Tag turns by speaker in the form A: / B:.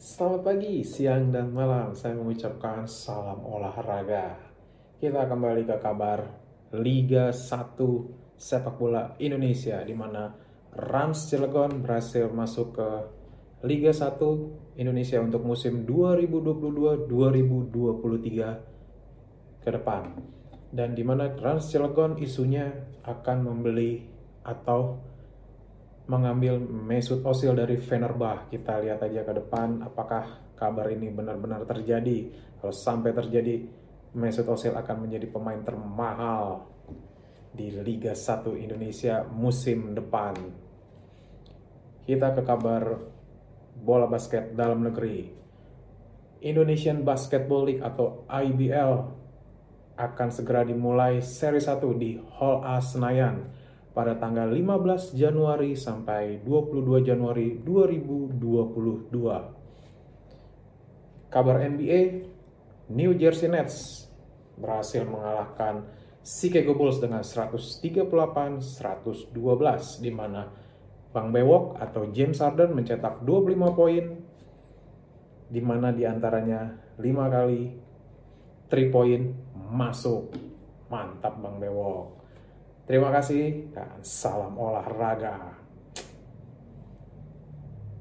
A: Selamat pagi, siang, dan malam. Saya mengucapkan salam olahraga. Kita kembali ke kabar Liga 1 sepak bola Indonesia, di mana Rans Cilegon berhasil masuk ke Liga 1 Indonesia untuk musim 2022-2023 ke depan. Dan di mana Rans Cilegon isunya akan membeli atau mengambil Mesut Ozil dari Fenerbahce. Kita lihat aja ke depan apakah kabar ini benar-benar terjadi. Kalau sampai terjadi, Mesut Ozil akan menjadi pemain termahal di Liga 1 Indonesia musim depan. Kita ke kabar bola basket dalam negeri. Indonesian Basketball League atau IBL akan segera dimulai seri 1 di Hall A Senayan pada tanggal 15 Januari sampai 22 Januari 2022. Kabar NBA, New Jersey Nets berhasil mengalahkan Chicago Bulls dengan 138-112, di mana Bang Bewok atau James Harden mencetak 25 poin, di mana diantaranya 5 kali 3 point masuk. Mantap Bang Bewok. Terima kasih dan salam olahraga.